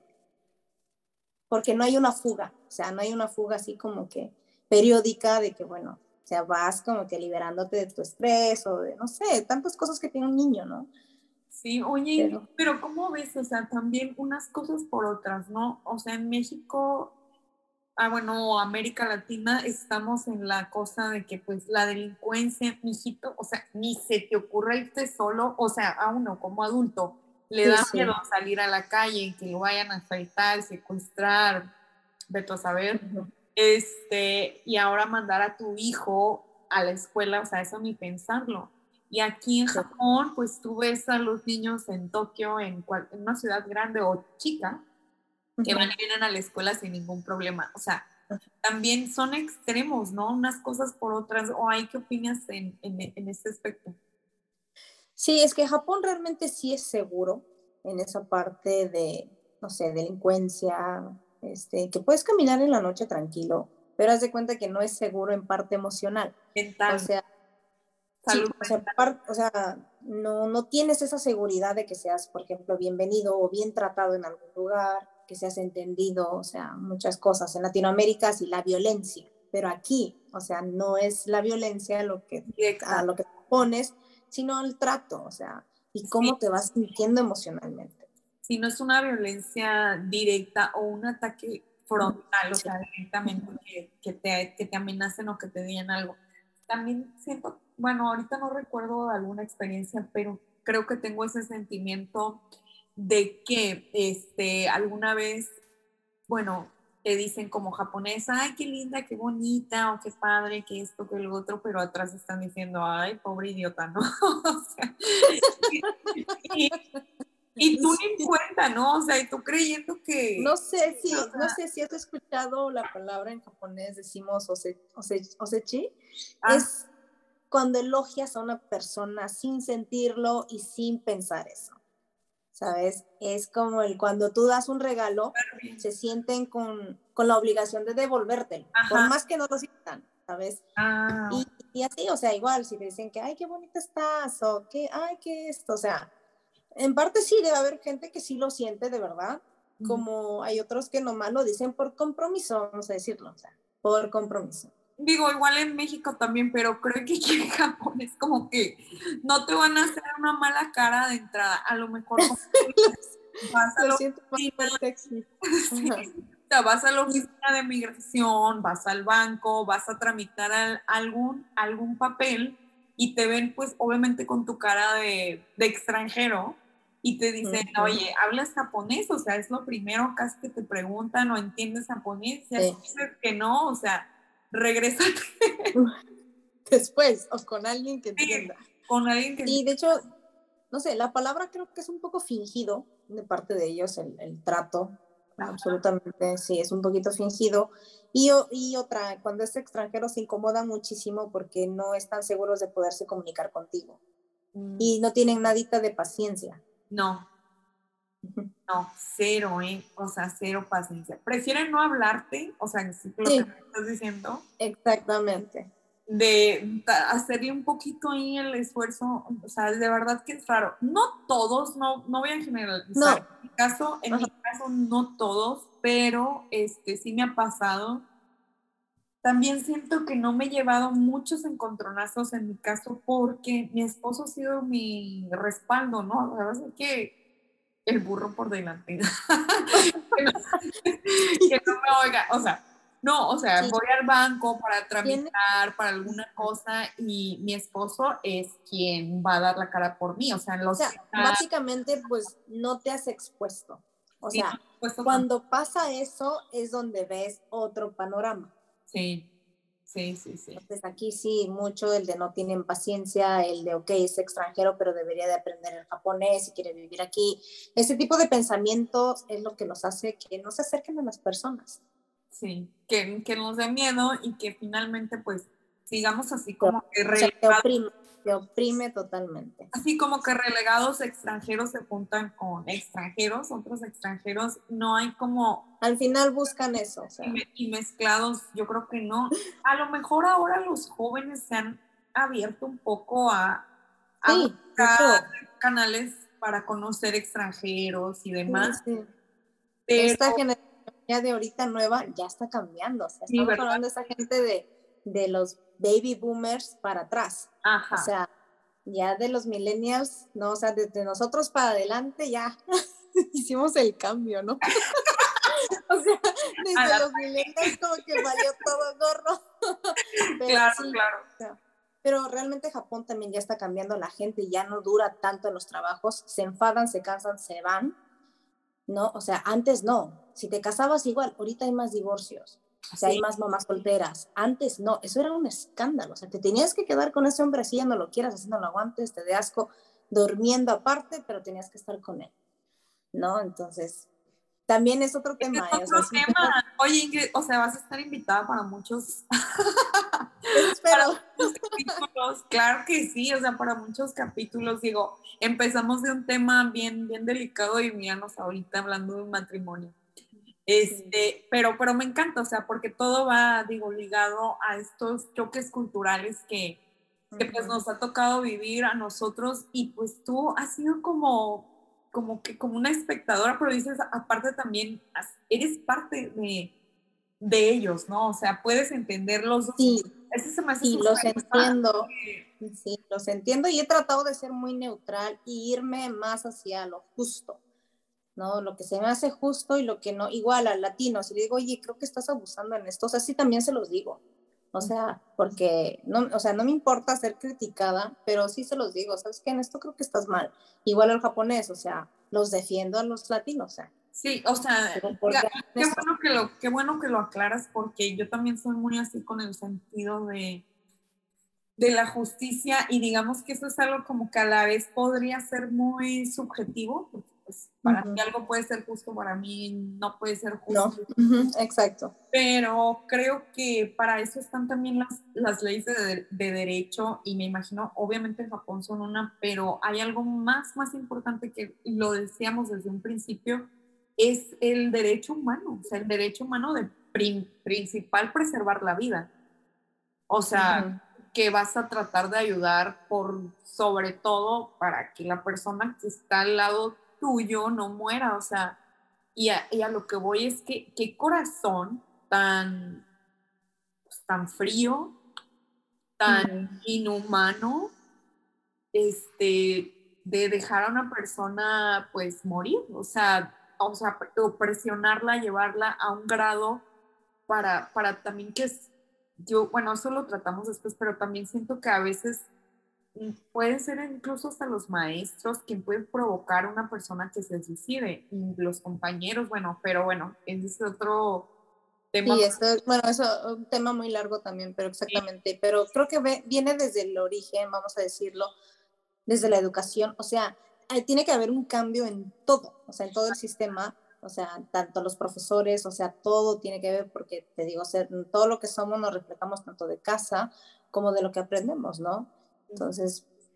Porque no hay una fuga. O sea, no hay una fuga así como que periódica de que, bueno, o sea, vas como que liberándote de tu estrés o de, no sé, tantas cosas que tiene un niño, ¿no? Sí, oye, pero, pero ¿cómo ves? O sea, también unas cosas por otras, ¿no? O sea, en México, ah, bueno, América Latina, estamos en la cosa de que, pues, la delincuencia, mijito, o sea, ni se te ocurra irte solo, o sea, a uno como adulto, le da sí, miedo sí. salir a la calle, que lo vayan a asaltar, secuestrar, vete a saber, uh-huh. este, y ahora mandar a tu hijo a la escuela, o sea, eso ni pensarlo. Y aquí en Japón, pues tú ves a los niños en Tokio, en, cual, en una ciudad grande o chica, que uh-huh. van y vienen a la escuela sin ningún problema. O sea, uh-huh. también son extremos, ¿no? Unas cosas por otras. ¿O hay qué opinas en, en, en este aspecto? Sí, es que Japón realmente sí es seguro en esa parte de, no sé, delincuencia, este, que puedes caminar en la noche tranquilo, pero haz de cuenta que no es seguro en parte emocional. Mental. O sea, sí, o sea, par, o sea no, no tienes esa seguridad de que seas, por ejemplo, bienvenido o bien tratado en algún lugar, que seas entendido, o sea, muchas cosas. En Latinoamérica sí, la violencia, pero aquí, o sea, no es la violencia lo que, a lo que te pones, sino el trato, o sea, y cómo sí. te vas sintiendo emocionalmente. Si no es una violencia directa o un ataque frontal, sí. o sea, directamente que, que, te, que te amenacen o que te digan algo. También siento, bueno, ahorita no recuerdo alguna experiencia, pero creo que tengo ese sentimiento de que este, alguna vez, bueno, te dicen como japonesa, ay, qué linda, qué bonita, o qué padre, que esto, que lo otro, pero atrás están diciendo, ay, pobre idiota, ¿no? O sea, y, y tú ni en cuenta, ¿no? O sea, y tú creyendo que... No sé si, o sea, no sé si has escuchado la palabra en japonés, decimos ose, ose, osechi, ah. es cuando elogias a una persona sin sentirlo y sin pensar eso, ¿sabes? Es como el cuando tú das un regalo, se sienten con, con la obligación de devolvértelo, ajá. por más que no lo sientan, ¿sabes? Ah. Y, y así, o sea, igual, si te dicen que, ay, qué bonita estás, o que, ay, qué esto, o sea, en parte sí debe haber gente que sí lo siente de verdad, como hay otros que nomás lo dicen por compromiso, vamos a decirlo, o sea, por compromiso. Digo, igual en México también, pero creo que aquí en Japón es como que no te van a hacer una mala cara de entrada, a lo mejor como vas a lo la siento oficina, más sí. sí, o sea, vas a la oficina de migración, vas al banco, vas a tramitar al, algún, algún papel y te ven pues obviamente con tu cara de, de extranjero y te dicen, uh-huh. oye, ¿hablas japonés? O sea, es lo primero casi que te preguntan, ¿o entiendes japonés? Y así sí. dices que no, o sea, regrésate. Después, o con alguien que entienda. Sí, con alguien que entienda. Y de hecho, no sé, la palabra creo que es un poco fingido de parte de ellos, el, el trato. Ajá. Absolutamente, sí, es un poquito fingido. Y, y otra, cuando es extranjero se incomoda muchísimo porque no están seguros de poderse comunicar contigo. Mm. Y no tienen nadita de paciencia. No, no, cero, ¿eh? O sea, cero paciencia. Prefieren no hablarte, o sea, sí, lo Sí, que me estás diciendo, exactamente. de ta- hacerle un poquito ahí el esfuerzo, o sea, de verdad que es raro. No todos, no, no voy a generalizar. No, En mi caso, en ajá, mi caso no todos, pero este sí me ha pasado. También siento que no me he llevado muchos encontronazos en mi caso porque mi esposo ha sido mi respaldo, ¿no? La verdad es que el burro por delante. que, no, que no me oiga, o sea, no, o sea, sí, voy al banco para tiene, tramitar para alguna cosa y mi esposo es quien va a dar la cara por mí, o sea, en o los sea, básicamente pues no te has expuesto. O sí, sea, puesto con, cuando pasa eso es donde ves otro panorama. sí, sí, sí, sí. Entonces aquí sí, mucho el de no tienen paciencia, el de, ok, es extranjero, pero debería de aprender el japonés y quiere vivir aquí. Ese tipo de pensamientos es lo que nos hace que no se acerquen a las personas. Sí, que, que nos dé miedo y que finalmente pues sigamos así Pero, como que o sea, te relegados, oprime, te oprime totalmente. así como que relegados extranjeros se juntan con extranjeros, otros extranjeros, no hay como Al final buscan eso, o y, sea, me- y mezclados, yo creo que no. A lo mejor ahora los jóvenes se han abierto un poco a, a sí, buscar mucho. canales para conocer extranjeros y Sí, demás, sí. pero Esta generación ya de ahorita nueva ya está cambiando. O sea, sí, estamos ¿verdad? hablando de esa gente de, de los baby boomers para atrás. O Ajá. sea, ya de los millennials, no, o sea, desde nosotros para adelante ya hicimos el cambio, ¿no? O sea, A desde la- los millennials como que valió todo gorro. Pero claro, sí, claro. o sea, pero realmente Japón también ya está cambiando, la gente ya no dura tanto en los trabajos, se enfadan, se cansan, se van, ¿no? O sea, antes no. Si te casabas igual, ahorita hay más divorcios. O sea, hay Sí, más mamás solteras. Antes no, eso era un escándalo. O sea, te tenías que quedar con ese hombre así, ya no lo quieras, así no lo aguantes, te dé asco, durmiendo aparte, pero tenías que estar con él, ¿no? Entonces, también es otro ese es tema, ¿eh? O sea, otro es un tema. tema, Oye, Ingrid, o sea, vas a estar invitada para muchos, eso para espero. muchos capítulos. Claro que sí, o sea, para muchos capítulos, digo, empezamos de un tema bien, bien delicado y míranos ahorita hablando de un matrimonio. Sí. Este, pero, pero me encanta, o sea, porque todo va, digo, ligado a estos choques culturales que, que pues Uh-huh. nos ha tocado vivir a nosotros y pues tú has sido como, como que como una espectadora, pero dices, aparte también eres parte de, de ellos, ¿no? O sea, puedes entender los dos. Sí, Eso se me hace sí, súper los padre. entiendo. Sí, los entiendo y he tratado de ser muy neutral y irme más hacia lo justo, ¿no? Lo que se me hace justo y lo que no, igual al latino, si le digo, oye, creo que estás abusando en esto, o sea, sí también se los digo, o sea, porque, no, o sea, no me importa ser criticada, pero sí se los digo, ¿sabes qué? En esto creo que estás mal. Igual al japonés, o sea, los defiendo a los latinos, o sea, Sí, o sea, pero ¿por ya, qué hacen qué eso? bueno que lo, qué bueno que lo aclaras porque yo también soy muy así con el sentido de de la justicia y digamos que eso es algo como que a la vez podría ser muy subjetivo, porque pues para Uh-huh. ti algo puede ser justo, para mí no puede ser No, justo, uh-huh. Exacto. pero creo que para eso están también las, las leyes de, de, derecho y me imagino, obviamente en Japón son una, pero hay algo más, más importante que lo decíamos desde un principio, es el derecho humano, o sea, el derecho humano de prim, principal preservar la vida. O Uh-huh. sea, que vas a tratar de ayudar por sobre todo para que la persona que está al lado tuyo no muera. O sea, y a, y a lo que voy es que qué corazón tan, pues, tan frío, tan Uh-huh. inhumano, este, de dejar a una persona pues morir. O sea, o sea, presionarla, llevarla a un grado para, para también que es, yo, bueno, eso lo tratamos después, pero también siento que a veces puede ser incluso hasta los maestros quien puede provocar a una persona que se suicide, y los compañeros, bueno, pero bueno, ese es otro tema. Sí, esto es, bueno, eso es un tema muy largo también, pero exactamente, pero creo que ve, viene desde el origen, vamos a decirlo, desde la educación, o sea, tiene que haber un cambio en todo, o sea, en todo el sistema, o sea, tanto los profesores, o sea, todo tiene que ver, porque te digo, o sea, todo lo que somos nos reflejamos tanto de casa como de lo que aprendemos, ¿no? Entonces,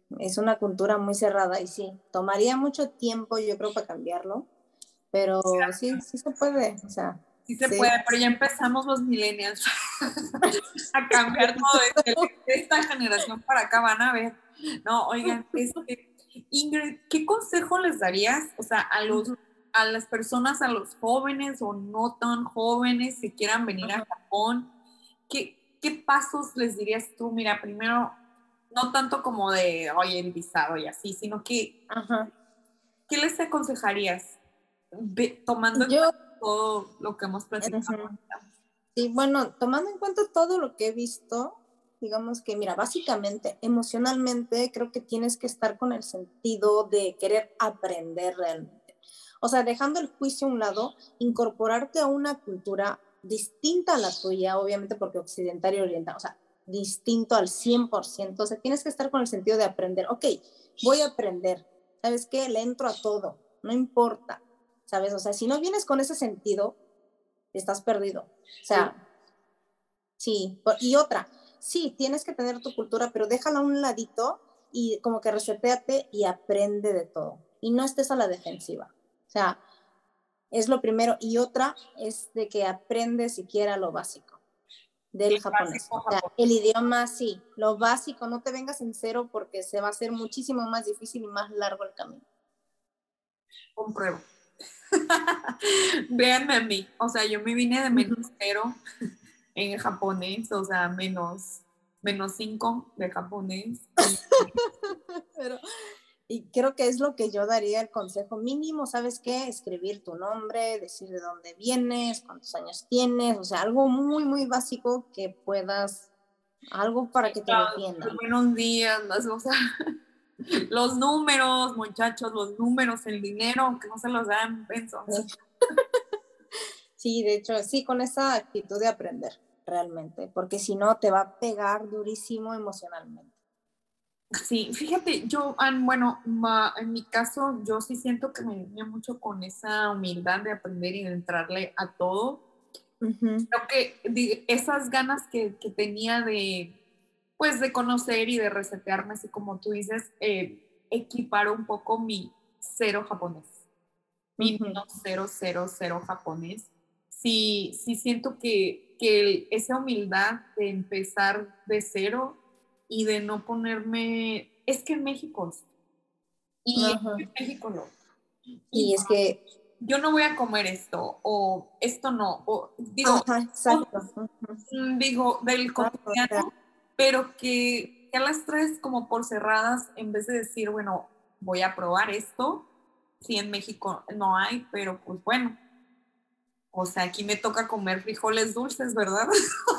es una cultura muy cerrada y sí, tomaría mucho tiempo yo creo para cambiarlo, pero sí, sí se puede, o sea, Sí se sí. puede, pero ya empezamos los millennials a cambiar todo desde esta generación para acá, van a ver. No, oigan, este, Ingrid, ¿qué consejo les darías, o sea, a los, a las personas, a los jóvenes o no tan jóvenes que quieran venir a Japón? ¿Qué, qué pasos les dirías tú? Mira, primero, no tanto como de, oye, el visado y así, sino que, Ajá. ¿qué les aconsejarías? Ve, tomando en Yo, cuenta todo lo que hemos platicado. uh-huh. Sí, bueno, tomando en cuenta todo lo que he visto, digamos que, mira, básicamente, emocionalmente, creo que tienes que estar con el sentido de querer aprender realmente. O sea, dejando el juicio a un lado, incorporarte a una cultura distinta a la tuya, obviamente porque occidental y oriental, o sea, distinto al cien por ciento. O sea, tienes que estar con el sentido de aprender. Ok, voy a aprender. ¿Sabes qué? Le entro a todo, no importa. ¿Sabes? O sea, si no vienes con ese sentido, estás perdido. O sea, sí. Y otra, sí, tienes que tener tu cultura, pero déjala a un ladito y como que resetéate y aprende de todo. Y no estés a la defensiva. O sea, es lo primero. Y otra es de que aprendes siquiera lo básico del El japonés. básico O sea, japonés. el idioma, sí, lo básico, no te vengas en cero porque se va a hacer muchísimo más difícil y más largo el camino. Compruebo. Véanme a mí, o sea, yo me vine de menos cero en japonés, o sea, menos, menos cinco de japonés. Y... Pero, y creo que es lo que yo daría el consejo mínimo, ¿sabes qué? Escribir tu nombre, decir de dónde vienes, cuántos años tienes, o sea, algo muy, muy básico que puedas, algo para que te defiendan. Buenos días, o sea, los números, muchachos, los números, el dinero, que no se los dan pensos. Sí, de hecho, sí, con esa actitud de aprender, realmente, porque si no te va a pegar durísimo emocionalmente. Sí, fíjate, yo, bueno, en mi caso, yo sí siento que me venía mucho con esa humildad de aprender y de entrarle a todo. Uh-huh. Creo que esas ganas que, que tenía de, pues, de conocer y de resetearme, así como tú dices, eh, equipar un poco mi cero japonés, mi uh-huh. cero, cero, cero japonés. Sí, sí siento que, que el, esa humildad de empezar de cero y de no ponerme, es que en México, y uh-huh. en México no. Y, y es que yo no voy a comer esto, o esto no, o digo, ajá, exacto. Uh-huh. digo, del cotidiano, pero que ya las traes como por cerradas en vez de decir, bueno, voy a probar esto, si en México no hay, pero pues bueno, o sea, aquí me toca comer frijoles dulces, ¿verdad?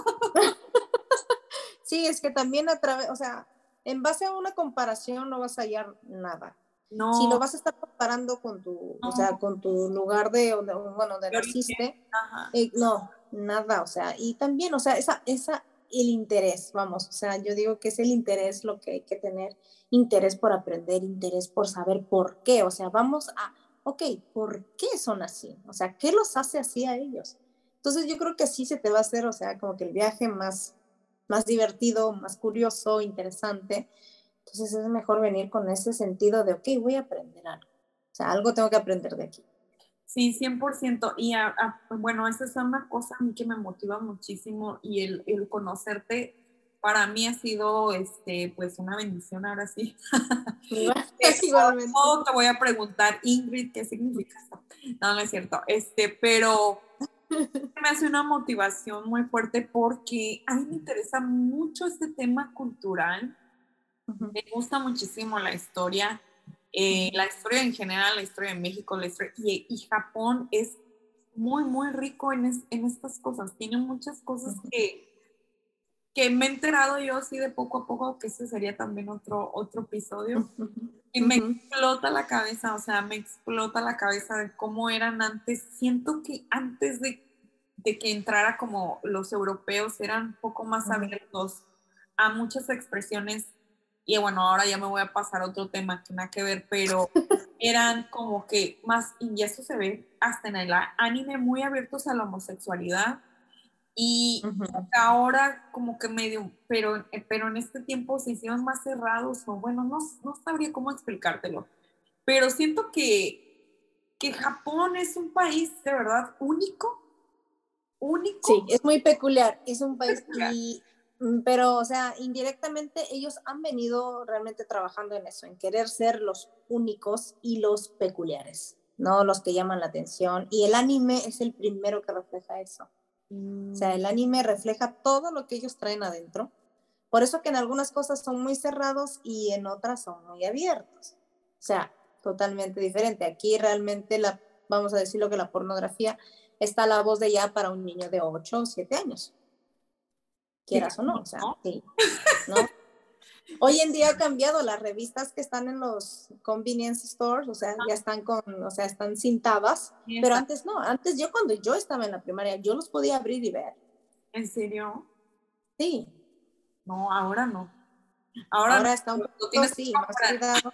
Sí, es que también a través, o sea, en base a una comparación no vas a hallar nada. No. Si lo vas a estar comparando con tu, no. o sea, con tu lugar de, de bueno, donde naciste, eh, no, nada, o sea, y también, o sea, esa, esa, el interés, vamos, o sea, yo digo que es el interés lo que hay que tener, interés por aprender, interés por saber por qué, o sea, vamos a, ok, ¿por qué son así? O sea, ¿qué los hace así a ellos? Entonces yo creo que así se te va a hacer, o sea, como que el viaje más, más divertido, más curioso, interesante. Entonces es mejor venir con ese sentido de, ok, voy a aprender algo. O sea, algo tengo que aprender de aquí. Sí, cien por ciento. Y a, a, bueno, esa es una cosa a mí que me motiva muchísimo y el, el conocerte para mí ha sido, este, pues, una bendición ahora sí. Igualmente. Todo te voy a preguntar, Ingrid, ¿qué significa esto? No, no es cierto. Este, pero me hace una motivación muy fuerte porque a mí me interesa mucho este tema cultural. Uh-huh. Me gusta muchísimo la historia, eh, uh-huh. la historia en general, la historia de México, la historia, y, y Japón es muy, muy rico en, es, en estas cosas. Tiene muchas cosas uh-huh. que, que me he enterado yo así de poco a poco, que ese sería también otro, otro episodio. Uh-huh. Y me uh-huh. explota la cabeza, o sea, me explota la cabeza de cómo eran antes. Siento que antes de, de que entrara como los europeos eran un poco más uh-huh. abiertos a muchas expresiones. Y bueno, ahora ya me voy a pasar a otro tema que nada que ver, pero eran como que más, y eso se ve hasta en el anime, muy abiertos a la homosexualidad Y Ujú. ahora como que medio, pero, pero en este tiempo se hicieron más cerrados, o bueno, no, no sabría cómo explicártelo, pero siento que, que Japón es un país de verdad único, Sí, único. es muy peculiar, es un país y, mm, pero, o sea, indirectamente ellos han venido realmente trabajando en eso, en querer ser los únicos y los peculiares, ¿no? Los que llaman la atención. Y el anime es el primero que refleja eso. O sea, Mm, el anime refleja todo lo que ellos traen adentro. Por eso que en algunas cosas son muy cerrados y en otras son muy abiertos. O sea, totalmente diferente. Aquí realmente la, vamos a decir lo que la pornografía está a la voz de ya para un niño de ocho o siete años, quieras o no, o sea, ¿no? sí, ¿no? Hoy en día ha cambiado, las revistas que están en los convenience stores, o sea, ya están con, o sea, están cintadas, Sí, pero está- antes no, antes yo cuando yo estaba en la primaria, yo los podía abrir y ver. ¿En serio? Sí, No, ahora no. Ahora no, ahora está un lo poquito, tienes que sí, más comprar. cuidado.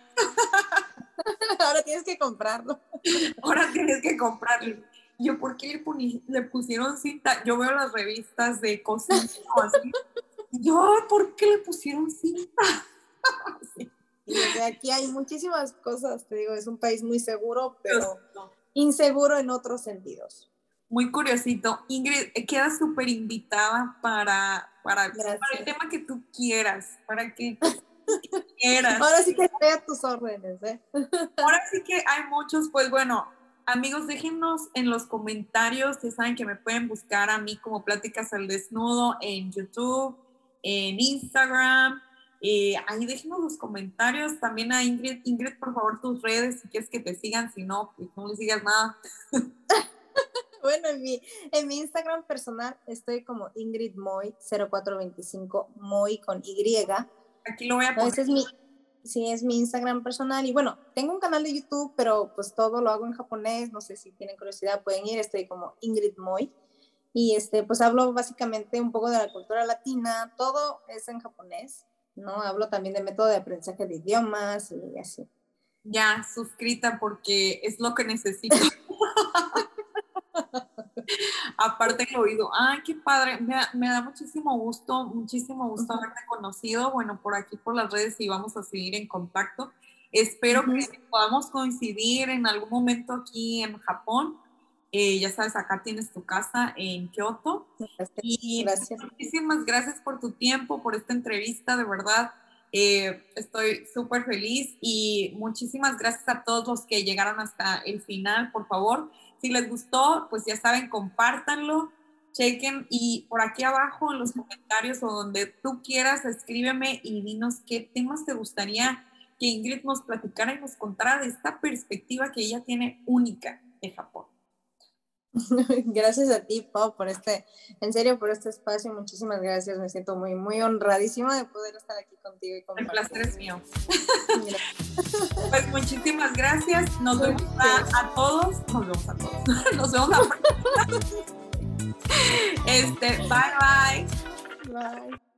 Ahora tienes que comprarlo. Ahora tienes que comprarlo. Yo, ¿por qué le, poni- le pusieron cinta? Yo veo las revistas de cocina o así. Yo, ¿por qué le pusieron cinta? Sí, Y o sea, aquí hay muchísimas cosas, te digo, es un país muy seguro, pero curiosito. inseguro en otros sentidos. Muy curiosito. Ingrid, eh, quedas súper invitada para, para, para el Gracias. tema que tú quieras, para que quieras. Ahora sí que estoy a tus órdenes, ¿eh? Ahora sí que hay muchos, pues bueno, amigos, déjenos en los comentarios, ya saben que me pueden buscar a mí como Pláticas al Desnudo en YouTube, en Instagram, eh, ahí déjenos los comentarios, también a Ingrid, Ingrid, por favor, tus redes, si quieres que te sigan, si no, pues no les digas nada. Bueno, en mi, en mi Instagram personal estoy como Ingrid Moy cero cuatro veinticinco, Moy con Y. Aquí lo voy a No, poner. ese es mi, sí, es mi Instagram personal. Y bueno, tengo un canal de YouTube, pero pues todo lo hago en japonés. No sé si tienen curiosidad, pueden ir. Estoy como Ingrid Moy. Y este, pues hablo básicamente un poco de la cultura latina. Todo es en japonés, ¿no? Hablo también de método de aprendizaje de idiomas y así. Ya suscrita porque es lo que necesito. Aparte el oído. Ay, qué padre. Me, da- me da muchísimo gusto, muchísimo gusto Uh-huh. haberte conocido. Bueno, por aquí por las redes y vamos a seguir en contacto. Espero Uh-huh. que podamos coincidir en algún momento aquí en Japón. Eh, ya sabes, acá tienes tu casa en Kioto. Gracias. Y pues, Gracias. muchísimas gracias por tu tiempo, por esta entrevista, de verdad. Eh, estoy súper feliz y muchísimas gracias a todos los que llegaron hasta el final, por favor. Si les gustó, pues ya saben, compártanlo, chequen y por aquí abajo en los comentarios o donde tú quieras, escríbeme y dinos qué temas te gustaría que Ingrid nos platicara y nos contara de esta perspectiva que ella tiene única de Japón. Gracias a ti, Pau, por este, en serio, por este espacio. Muchísimas gracias. Me siento muy, muy honradísima de poder estar aquí contigo y El compartir. placer es mío. Gracias. Pues muchísimas gracias. Nos vemos a, a todos. Nos vemos a todos. Nos vemos a Este, bye bye. Bye.